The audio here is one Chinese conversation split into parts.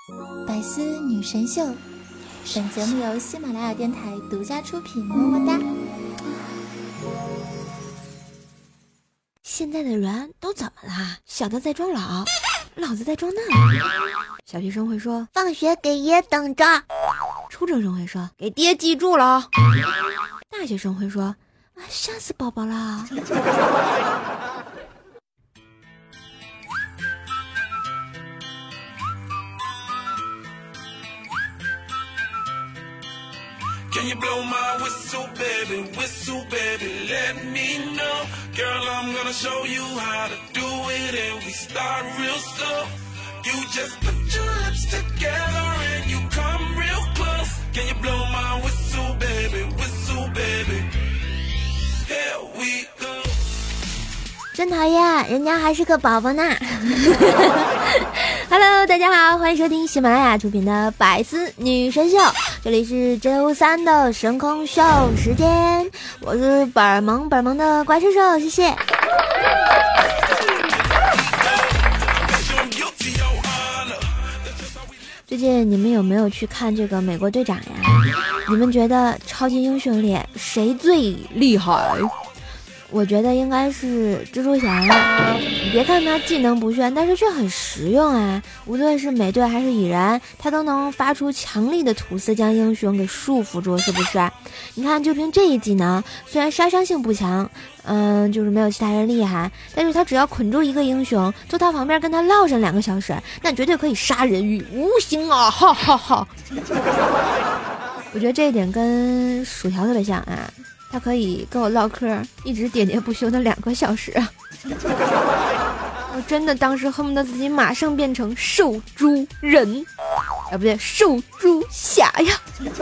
百思女神秀，本节目由喜马拉雅电台独家出品，么么哒。 现在的人都怎么啦？小的在装老，老子在装嫩。小学生会说放学给爷等着， 初中生会说给爹记住了，大学生会说啊吓死宝宝了。 Can you blow my whistle, baby, whistle, baby, let me know. Girl, I'm gonna show you how to do it, and we start real slow. You just put your lips together and you come real close. Can you blow my whistle, baby, whistle, baby? Here we go. 真讨厌，人家还是个宝宝呢。 Hello， 大家好，欢迎收听喜马拉雅出品的百思女神秀，这里是周三的神空秀时间，我是本萌的怪兽兽，谢谢。最近你们有没有去看这个美国队长呀？你们觉得超级英雄里谁最厉害？我觉得应该是蜘蛛侠。你别看他技能不炫，但是却很实用啊！无论是美队还是蚁人，他都能发出强力的吐丝将英雄给束缚住，是不是？你看，就凭这一技能，虽然杀伤性不强，就是没有其他人厉害，但是他只要捆住一个英雄，坐他旁边跟他唠上2个小时，那绝对可以杀人于无形啊！哈哈哈！我觉得这一点跟薯条特别像啊。他可以跟我唠嗑，一直喋喋不休的2个小时。我真的当时恨不得自己马上变成瘦猪人，不对，瘦猪侠呀！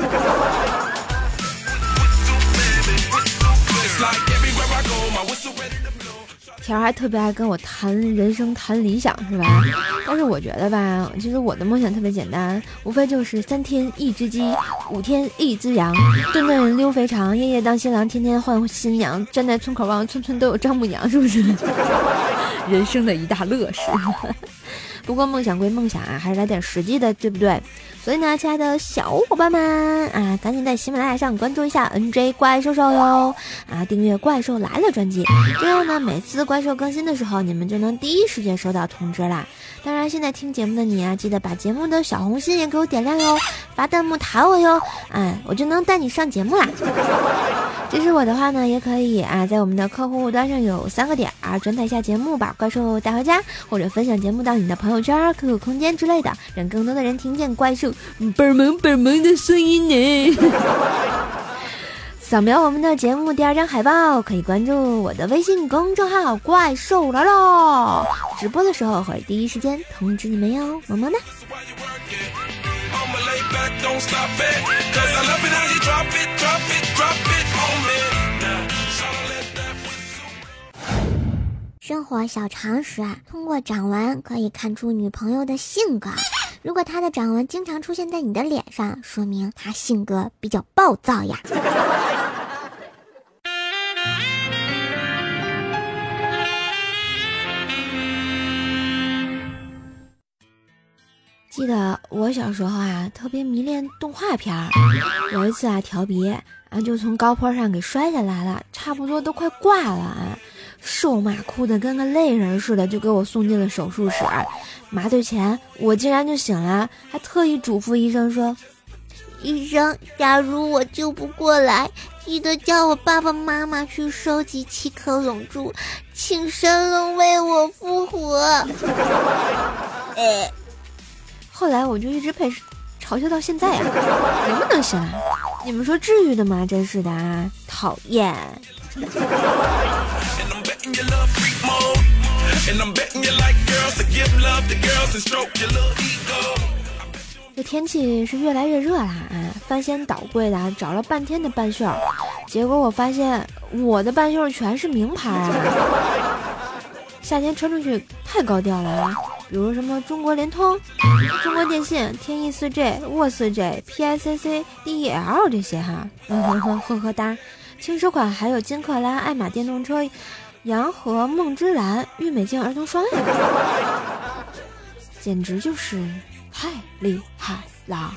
条还特别爱跟我谈人生谈理想是吧？但是我觉得吧，其实我的梦想特别简单，无非就是3天1只鸡，5天1只羊，顿顿溜肥肠，夜夜当新郎，天天换新娘，站在村口望，村村都有丈母娘，是不是？人生的一大乐事。不过梦想归梦想啊，还是来点实际的，对不对？所以呢，亲爱的小伙伴们啊，赶紧在喜马拉雅上关注一下 NJ 怪兽兽哟，啊，订阅怪兽来了专辑，这样呢，每次怪兽更新的时候，你们就能第一时间收到通知啦。当然，现在听节目的你啊，记得把节目的小红心也给我点亮哟，发弹幕弹我哟，我就能带你上节目啦。支持我的话呢，也可以啊，在我们的客户端上有3个点啊，转载一下节目，把怪兽带回家，或者分享节目到你的朋友圈、QQ 空间之类的，让更多的人听见怪兽本萌的声音呢。扫描我们的节目第2张海报，可以关注我的微信公众号怪兽来喽，直播的时候会第一时间通知你们哟，么么哒。 生活小常识啊，通过掌纹可以看出女朋友的性格。如果她的掌纹经常出现在你的脸上，说明她性格比较暴躁呀。 记得我小时候啊，特别迷恋动画片儿。有一次啊，调皮啊，就从高坡上给摔下来了，差不多都快挂了啊。瘦妈哭得跟个泪人似的，就给我送进了手术室。麻醉前，我竟然就醒了，还特意嘱咐医生说：“ 医生，假如我救不过来，记得叫我爸爸妈妈去收集7颗龙珠，请神龙为我复活。” 后来我就一直被嘲笑到现在啊，能不能行啊？你们说至于的吗？真是的啊，讨厌。这天气是越来越热啦啊！翻箱倒柜的找了半天的半袖，结果我发现我的半袖全是名牌啊！夏天穿出去太高调了啊！比如什么中国联通、中国电信、天翼4G、沃4G、PICC、DEL 这些哈，呵哒。轻奢款还有金克拉、爱玛电动车、洋河、梦之蓝、郁美净儿童霜呀，简直就是太厉害啦！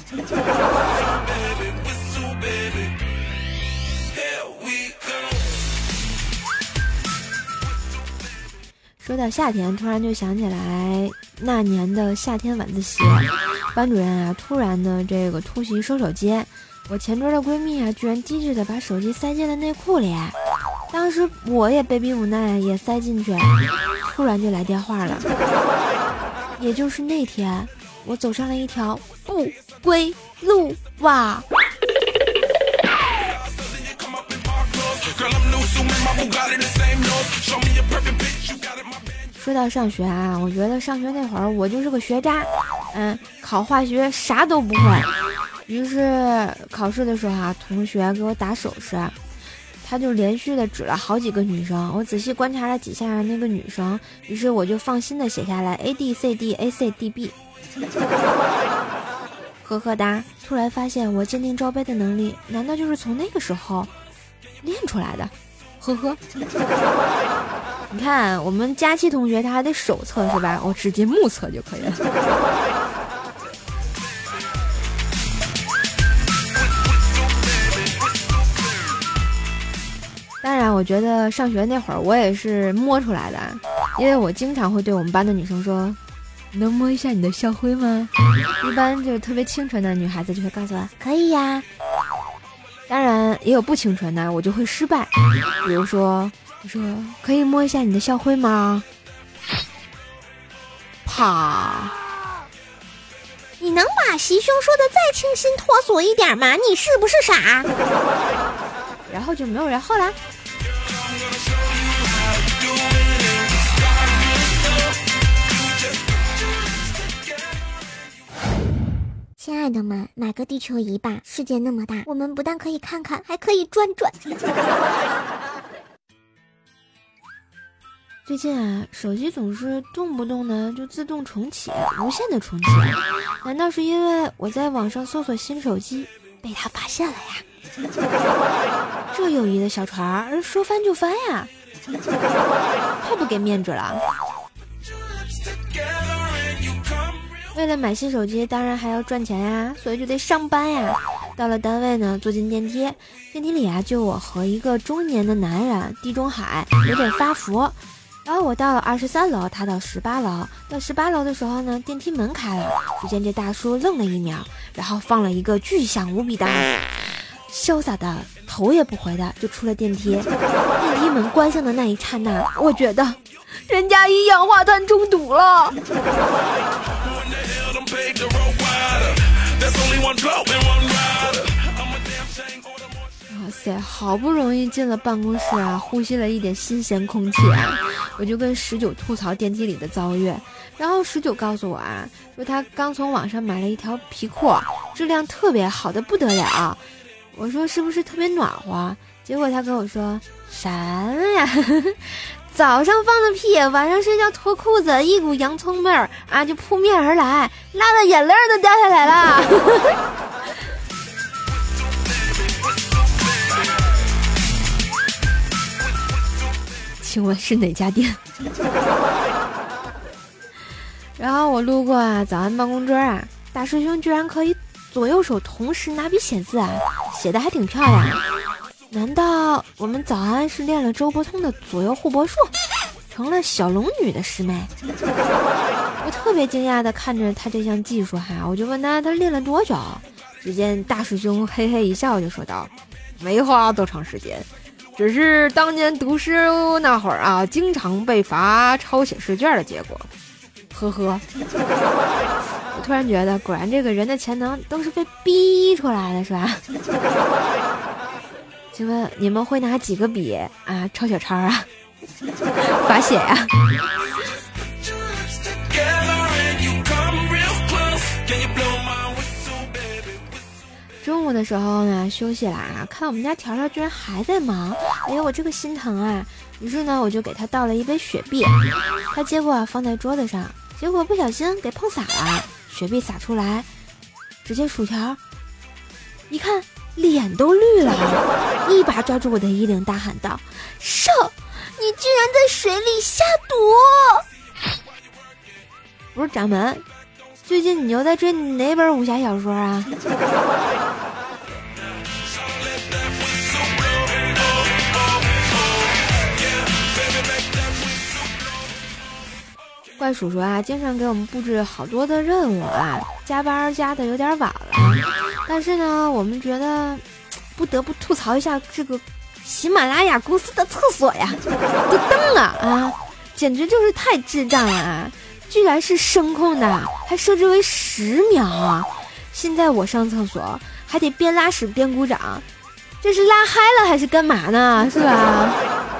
说到夏天，突然就想起来那年的夏天晚自习，班主任啊突然的这个突袭收手机，我前桌的闺蜜啊居然机智的把手机塞进了内裤里，当时我也被逼无奈也塞进去，突然就来电话了。也就是那天，我走上了一条不归路哇！说到上学啊，我觉得上学那会儿我就是个学渣，考化学啥都不会。于是考试的时候啊，同学给我打手势，他就连续的指了好几个女生，我仔细观察了几下那个女生，于是我就放心的写下来 ADCDACDB。呵呵哒，突然发现我鉴定罩杯的能力，难道就是从那个时候练出来的？呵呵。你看我们佳期同学他还得手测是吧？我直接目测就可以了。当然我觉得上学那会儿我也是摸出来的，因为我经常会对我们班的女生说，能摸一下你的校徽吗？一般就特别清纯的女孩子就会告诉我可以呀。当然也有不清纯的，我就会失败，比如说我说可以摸一下你的校徽吗？啪！ 你能把习兄说的再清新脱俗一点吗？你是不是傻？ 然后就没有然后啦。 亲爱的们，买个地球仪吧，世界那么大，我们不但可以看看，还可以转转。 最近啊，手机总是动不动呢就自动重启，无限的重启，难道是因为我在网上搜索新手机被他发现了呀？这友谊的小船儿说翻就翻呀，太不给面子了。为了买新手机，当然还要赚钱呀，所以就得上班呀。到了单位呢，坐进电梯，电梯里啊就我和一个中年的男人，地中海，有点发福。然后我到了23楼，他到18楼。到18楼的时候呢，电梯门开了，只见这大叔愣了一秒，然后放了一个巨响无比的，潇洒的头也不回的就出了电梯。电梯门关上的那一刹那，我觉得人家一氧化碳中毒了。哇塞，好不容易进了办公室啊，呼吸了一点新鲜空气啊，我就跟19吐槽电梯里的遭遇。然后19告诉我啊，说他刚从网上买了一条皮裤，质量特别好的不得了。我说是不是特别暖和？结果他跟我说啥呀？早上放的屁，晚上睡觉脱裤子，一股洋葱味儿啊就扑面而来，辣的眼泪都掉下来了。请问是哪家店？然后我路过啊早安办公桌啊，大师兄居然可以左右手同时拿笔写字啊，写的还挺漂亮。难道我们早安是练了周伯通的左右互搏术，成了小龙女的师妹？我特别惊讶的看着他这项技术哈，我就问他练了多久。只见大师兄嘿嘿一笑就说道，没花多长时间，只是当年读书那会儿啊，经常被罚抄写试卷的结果。呵呵。我突然觉得果然这个人的潜能都是被逼出来的，是吧？请问你们会拿几个笔啊抄小抄啊？罚写呀？中午的时候呢，休息啦，看我们家条条居然还在忙，哎呀，我这个心疼啊！于是呢，我就给他倒了一杯雪碧，他接过放在桌子上，结果不小心给碰洒了，雪碧洒出来，直接薯条，一看脸都绿了，一把抓住我的衣领，大喊道：“少，你居然在水里下毒！”不是掌门， 最近你又在追哪本武侠小说啊？怪叔叔啊，经常给我们布置好多的任务啊，加班加的有点晚了。但是呢，我们觉得不得不吐槽一下这个喜马拉雅公司的厕所呀，这灯啊，简直就是太智障了啊！居然是声控的，还设置为10秒啊！现在我上厕所还得边拉屎边鼓掌，这是拉嗨了还是干嘛呢？是吧？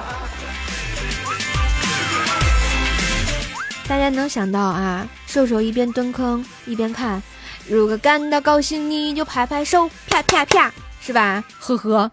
大家能想到啊，瘦瘦一边蹲坑一边看，如果感到高兴你就拍拍手，啪啪啪，是吧？呵呵。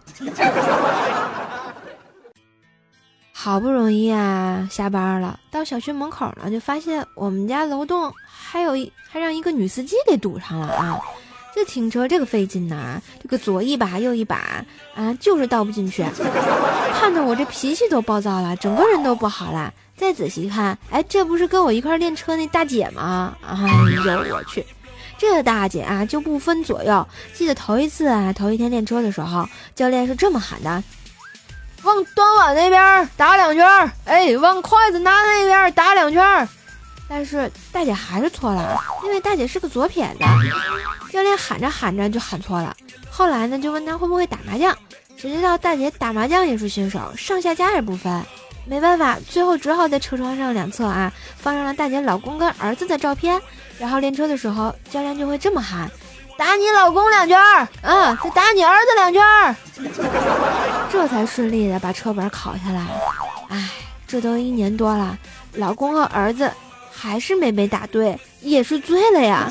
好不容易啊下班了，到小区门口呢，就发现我们家楼栋还让一个女司机给堵上了啊！这停车这个费劲呐，这个左一把右一把啊，就是倒不进去，看得我这脾气都暴躁了，整个人都不好了。再仔细看，哎，这不是跟我一块练车那大姐吗？哎呦我去，这大姐啊就不分左右。记得头一天练车的时候，教练是这么喊的：往端碗那边打2圈，哎，往筷子拿那边打2圈。但是大姐还是错了，因为大姐是个左撇子。教练喊着喊着就喊错了。后来呢，就问她会不会打麻将，谁知道大姐打麻将也是新手，上下家也不分。没办法，最后只好在车窗上两侧啊放上了大姐老公跟儿子的照片。然后练车的时候，教练就会这么喊：打你老公2圈，再打你儿子2圈。这才顺利的把车本考下来。哎，这都1年多了，老公和儿子还是没被打对，也是醉了呀。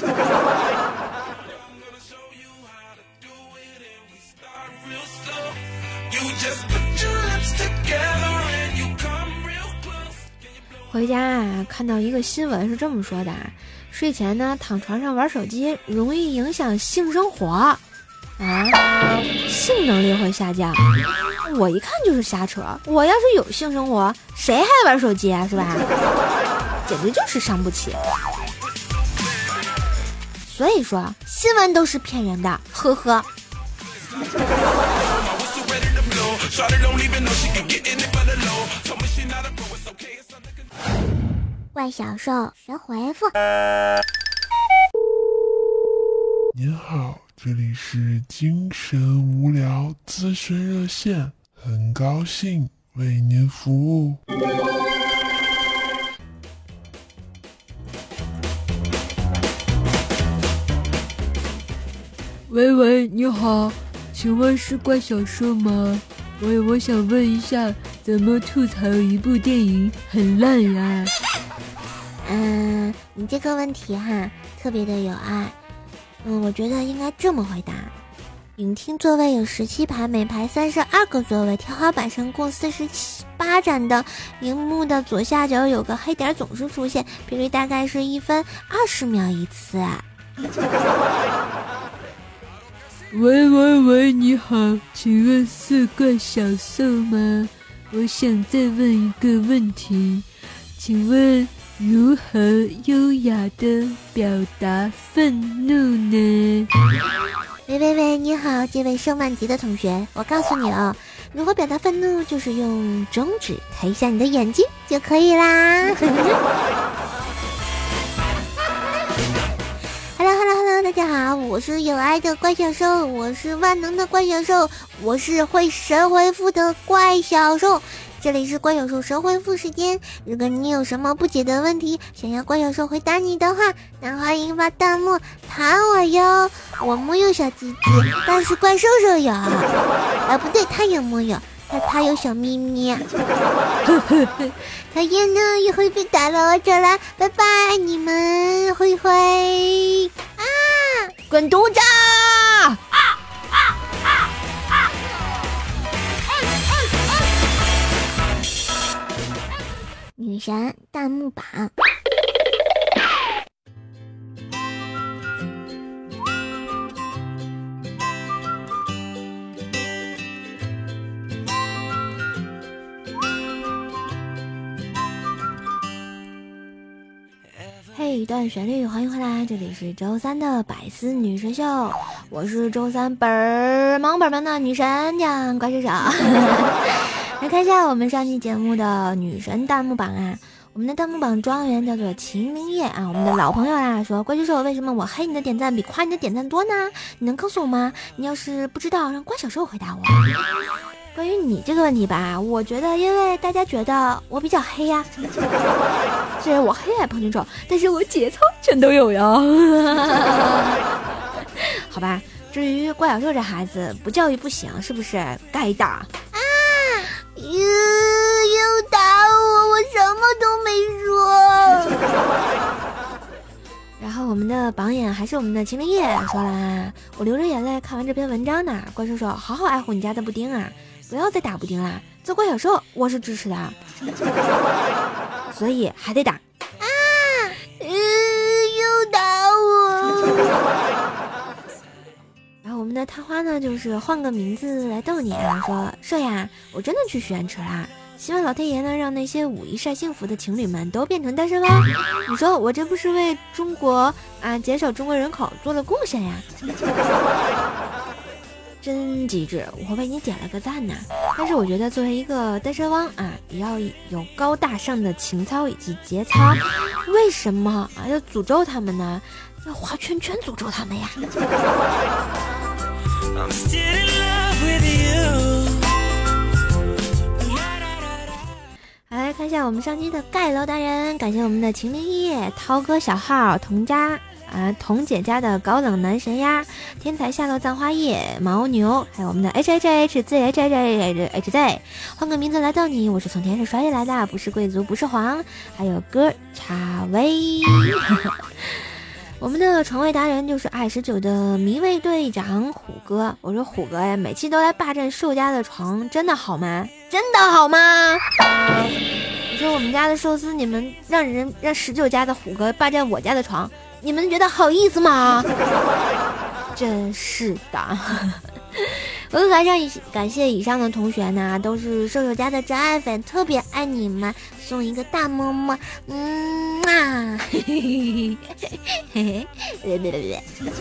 回家啊，看到一个新闻是这么说的：睡前呢躺床上玩手机容易影响性生活啊，性能力会下降。我一看就是瞎扯，我要是有性生活，谁还玩手机啊，是吧？简直就是伤不起。所以说新闻都是骗人的，呵呵。 怪小兽神回复。 您好，这里是精神无聊咨询热线，很高兴为您服务。 喂，你好，请问是怪小兽吗？我想问一下，怎么吐槽一部电影很烂呀？ 你这个问题哈，特别的有爱。我觉得应该这么回答：影厅座位有17排，每排32个座位，天花板上共48盏的荧幕的左下角有个黑点总是出现，频率大概是1分20秒一次啊。 喂，你好，请问是怪小兽吗？我想再问一个问题，请问如何优雅地表达愤怒呢？ 喂，你好，这位盛万吉的同学，我告诉你哦，如何表达愤怒，就是用中指抬一下你的眼睛就可以啦。Hello， 大家好，我是有爱的怪小兽，我是万能的怪小兽，我是会神回复的怪小兽。这里是怪小兽神回复时间，如果你有什么不解的问题，想要怪小兽回答你的话，那欢迎发弹幕弹我哟。我没有小鸡鸡，但是怪兽兽有。不对，他也没有，他有小咪咪。讨厌呢，一会被打了，我走了，拜拜，你们灰灰啊， 滚犊子！ 女神弹幕榜。 配一段旋律，欢迎回来，这里是周三的百思女神秀，我是周三本儿忙的女神酱怪兽手。来看一下我们上期节目的女神弹幕榜啊，我们的弹幕榜庄园叫做秦明叶啊，我们的老朋友啦说，怪兽手为什么我黑你的点赞比夸你的点赞多呢？你能告诉我吗？你要是不知道，让怪小兽回答我。关于你这个问题吧，我觉得因为大家觉得我比较黑呀，虽然我黑矮胖俊丑，但是我节操全都有呀。好吧，至于怪小兽这孩子不教育不行，是不是该打啊？ 又打我，我什么都没说。 然后我们的榜眼还是我们的秦明叶说啦，我流着眼泪看完这篇文章呢，怪兽兽好好爱护你家的布丁啊，不要再打布丁啦，做怪小兽我是支持的，所以还得打啊！ 又打我。 然后我们的探花呢，就是换个名字来逗你啊，说社呀，我真的去许愿池啦，希望老天爷呢让那些5亿晒幸福的情侣们都变成单身汪。你说我这不是为中国啊减少中国人口做了贡献呀？真机智，我为你点了个赞呢。但是我觉得作为一个单身汪啊，也要有高大上的情操以及节操。为什么啊要诅咒他们呢？要画圈圈诅咒他们呀。 I'm still in love with you. 来看一下我们上期的盖楼达人，感谢我们的秦明叶、涛哥小号、童姐家的高冷男神呀，天才下落葬花叶、牦牛，还有我们的 HHHZHHHZ， 换个名字来逗你，我是从天上摔下来的，不是贵族不是皇，还有哥查威。我们的床位达人就是爱19的迷位队长虎哥，我说虎哥呀，每期都来霸占兽家的床，真的好吗？真的好吗？你说我们家的寿司，你们让19家的虎哥霸占我家的床，你们觉得好意思吗？真是的。我很感谢以上的同学呢，都是瘦瘦家的真爱粉，特别爱你们，送一个大么么，嘿嘿嘿嘿嘿。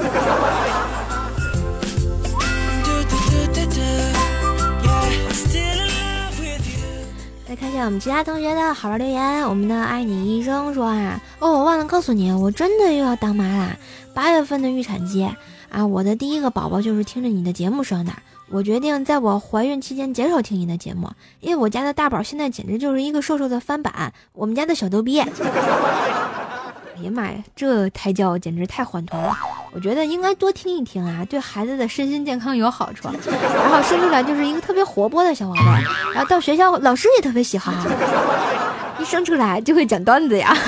来看一下我们其他同学的好玩留言，我们的爱你医生说啊，我忘了告诉你，我真的又要当妈啦，8月份的预产期啊，我的第一个宝宝就是听着你的节目生的。我决定在我怀孕期间减少听你的节目，因为我家的大宝现在简直就是一个瘦瘦的翻版，我们家的小逗逼。哎呀妈呀，这胎教简直太欢脱了！我觉得应该多听一听啊，对孩子的身心健康有好处。然后生出来就是一个特别活泼的小宝贝，然后到学校老师也特别喜欢，一生出来就会讲段子呀。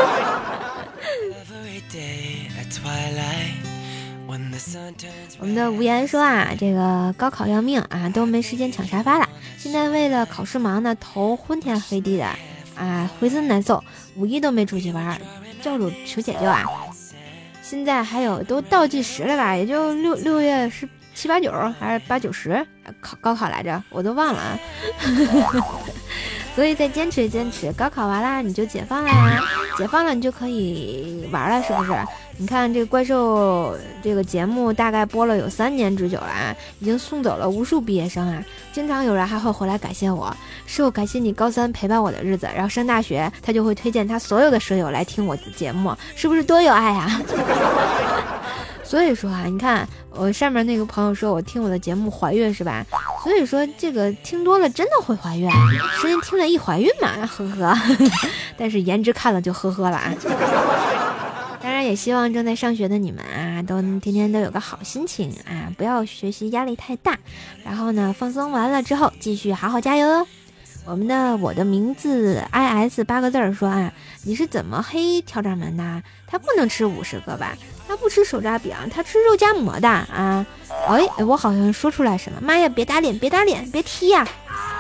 我们的无言说啊，这个高考要命啊，都没时间抢沙发了。现在为了考试忙呢，头昏天黑地的啊，浑身难受，5一都没出去玩，教主求解救啊！现在还有都倒计时了吧，也就6月是7、8、9还是8、9、10高考来着，我都忘了啊。所以再坚持，高考完啦你就解放了呀，解放了你就可以玩了，是不是？你看这个怪兽这个节目大概播了有3年之久了啊，已经送走了无数毕业生啊，经常有人还会回来感谢我，是感谢你高3陪伴我的日子，然后上大学他就会推荐他所有的舍友来听我的节目，是不是多有爱啊？所以说啊，你看我上面那个朋友说我听我的节目怀孕是吧？所以说这个听多了真的会怀孕，声音听了一怀孕嘛，呵呵。但是颜值看了就呵呵了啊。当然也希望正在上学的你们啊，都天天都有个好心情啊，不要学习压力太大，然后呢放松完了之后继续好好加油哟。我的名字 IS 8个字说啊，你是怎么黑挑掌门的？他不能吃50个吧？他不吃手抓饼，他吃肉夹馍的啊！哎，我好像说出来什么？妈呀，别打脸，别踢呀！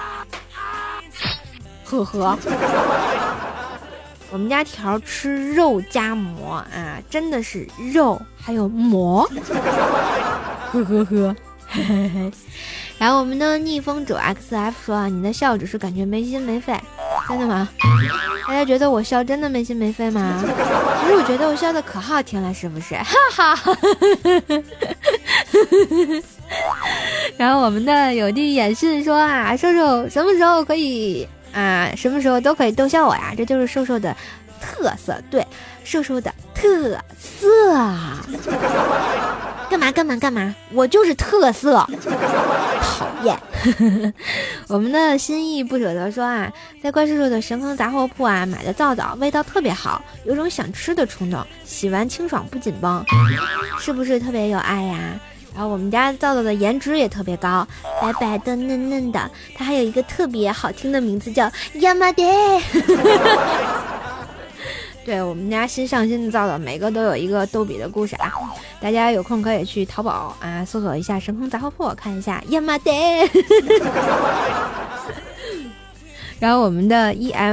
呵呵，我们家条吃肉夹馍啊，真的是肉还有馍，呵呵呵，嘿嘿嘿。然后我们的逆风者 XF 说啊，你的笑只是感觉没心没肺， 真的吗？大家觉得我笑真的没心没肺吗？其实我觉得我笑的可好听了，是不是？哈哈。然后我们的有弟演示说啊，瘦瘦什么时候可以啊？什么时候都可以逗笑我呀？这就是瘦瘦的特色，对，瘦瘦的特色啊！干嘛？我就是特色，讨厌！我们的心意不舍得说啊，在怪兽兽的神坑杂货铺啊买的皂皂，味道特别好，有种想吃的冲动，洗完清爽不紧绷，是不是特别有爱呀？然后我们家皂皂的颜值也特别高，白白的嫩嫩的，它还有一个特别好听的名字叫亚麻得。对，我们家新上新的皂皂，每个都有一个逗比的故事啊！大家有空可以去淘宝啊搜索一下神坑杂货铺，看一下亚麻得。然后我们的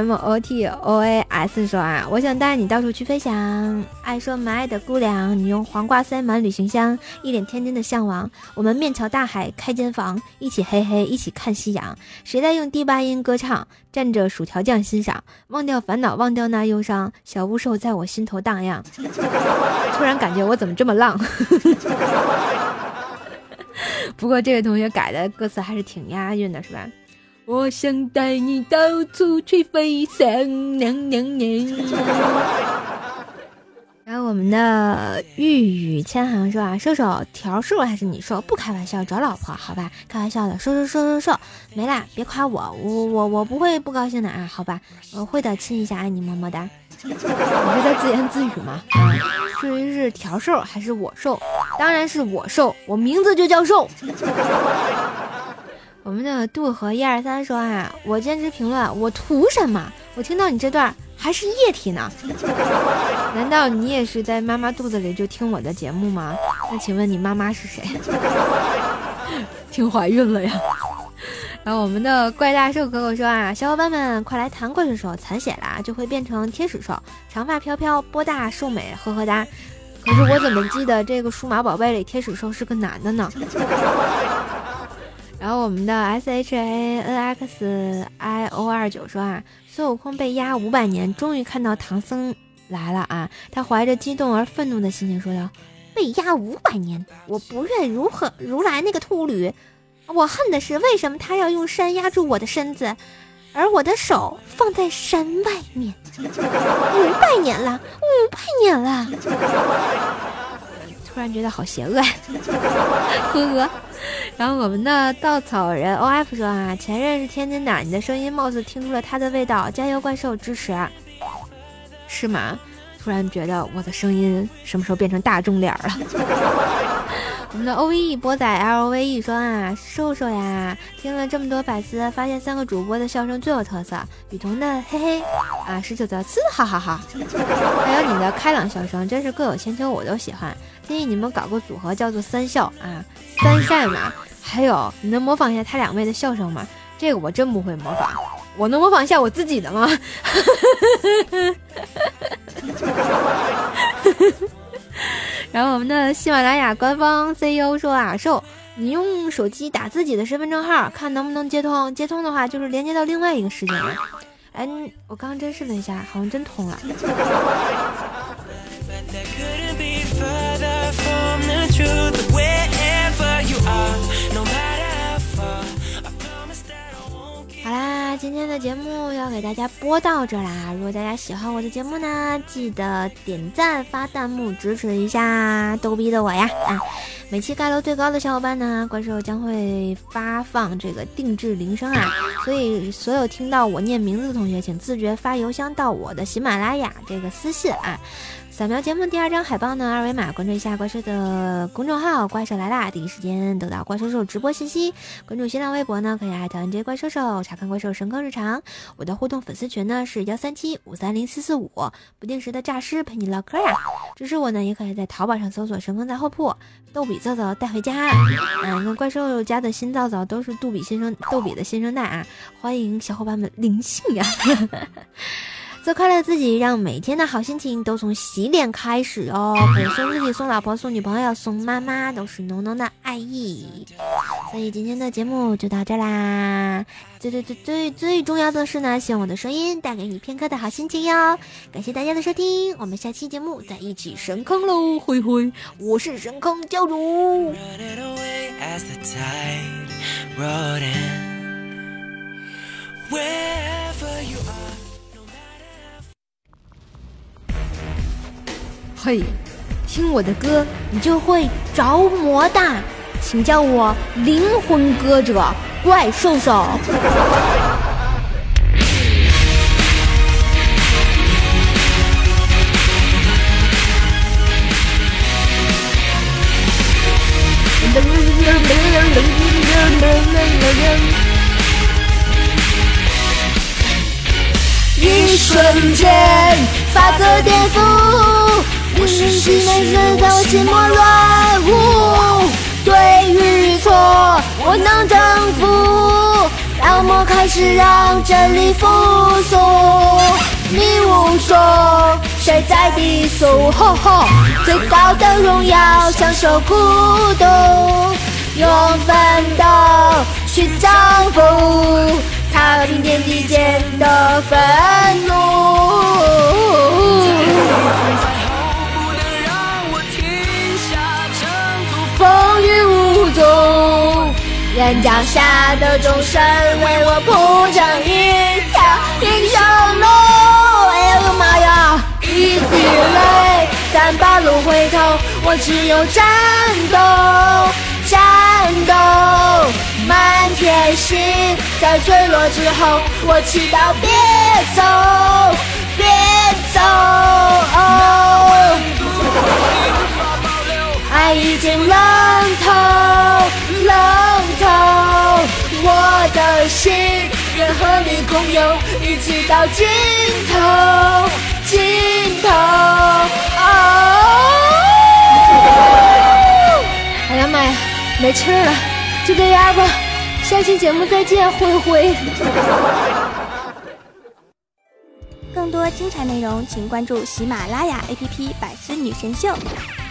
EMOTOAS 说啊，我想带你到处去飞翔，爱说蛮爱的姑娘，你用黄瓜塞满旅行箱，一脸天真的向往，我们面朝大海开间房，一起嘿嘿一起看夕阳，谁在用低八音歌唱，蘸着薯条酱欣赏，忘掉烦恼忘掉那忧伤，小巫兽在我心头荡漾。突然感觉我怎么这么浪。不过这位同学改的歌词还是挺押韵的，是吧？我想带你到处去飞翔，娘娘娘。然后我们的玉宇千行说啊，瘦瘦条瘦还是你瘦？不开玩笑，找老婆好吧？开玩笑的，瘦，没啦，别夸我不会不高兴的啊，好吧？我会的，亲一下，爱你么么哒。你是在自言自语吗？至于是条瘦还是我瘦，当然是我瘦，我名字就叫瘦。我们的渡河123说啊，我坚持评论，我图什么？我听到你这段还是液体呢？难道你也是在妈妈肚子里就听我的节目吗？那请问你妈妈是谁？听怀孕了呀？然后我们的怪大兽可可说啊，小伙伴们快来谈怪兽兽，残血啦就会变成天使兽，长发飘飘，波大瘦美，呵呵哒。可是我怎么记得这个数码宝贝里天使兽是个男的呢？然后我们的 SHANXIO29 说啊，孙悟空被压500年，终于看到唐僧来了啊！他怀着激动而愤怒的心情说道：“被压500年，我不愿如来那个秃驴，我恨的是为什么他要用山压住我的身子，而我的手放在山外面。500年了，500年了。”突然觉得好邪恶呀，呵呵。然后我们的稻草人 OF 说啊，前任是天津的，你的声音貌似听出了他的味道，加油怪兽，支持啊，是吗？突然觉得我的声音什么时候变成大众脸了？我们的 OVE 波仔 LOVE 说啊，瘦瘦呀，听了这么多百思，发现3个主播的笑声最有特色，雨桐的嘿嘿啊，19的呲哈哈哈，还有你的开朗笑声，真是各有千秋，我都喜欢。建议你们搞个组合叫做3笑啊，3晒嘛。还有，你能模仿一下他2位的笑声吗？这个我真不会模仿，我能模仿一下我自己的吗？然后我们的喜马拉雅官方 CEO 说啊，瘦，你用手机打自己的身份证号，看能不能接通，接通的话就是连接到另外一个世界了。哎，我刚刚真试了一下，好像真通了。好啦，今天的节目要给大家播到这啦。如果大家喜欢我的节目呢，记得点赞发弹幕支持一下逗逼的我呀啊！每期盖楼最高的小伙伴呢，怪兽将会发放这个定制铃声啊，所以所有听到我念名字的同学，请自觉发邮箱到我的喜马拉雅这个私信啊。扫描节目第2张海报呢，二维码关注一下怪兽的公众号，怪兽来啦，第一时间得到怪兽兽直播信息。关注新浪微博呢，可以艾特 NJ 怪兽兽，查看怪兽神坑日常。我的互动粉丝群呢是137530445，不定时的诈尸陪你唠嗑呀。支持我呢，也可以在淘宝上搜索神坑杂货铺，逗比皂皂带回家。跟怪兽家的新皂皂都是逗比的新生代啊，欢迎小伙伴们灵性呀。做快乐自己，让每天的好心情都从洗脸开始哦！可以送自己、送老婆、送女朋友、送妈妈，都是浓浓的爱意。 所以今天的节目就到这啦。最重要的是呢，希望我的声音带给你片刻的好心情哟。感谢大家的收听，我们下期节目再一起神坑喽，灰灰，我是神坑教主。嘿，听我的歌，你就会着魔的，请叫我灵魂歌者怪兽兽。一瞬间，法则颠覆，人生是没人在我心魔乱舞，对与错我能征服，让我们开始让真理复苏。你无说，谁在低俗？吼吼，最高的荣耀，享受孤独，用奋斗去征服。踏平天地间的愤怒，风雨无阻，愿降下的众生为我铺成一条英雄路。哎呦妈呀！一滴泪，300路回头，我只有战斗。战斗，满天星在坠落之后，我祈祷别走，别走。爱已经冷透，冷透，我的心愿和你共有，一起到尽头，尽头。哎呀妈呀！没气儿了，就这样吧，下期节目再见，灰灰。 更多精彩内容，请关注喜马拉雅 APP《百思女神秀》。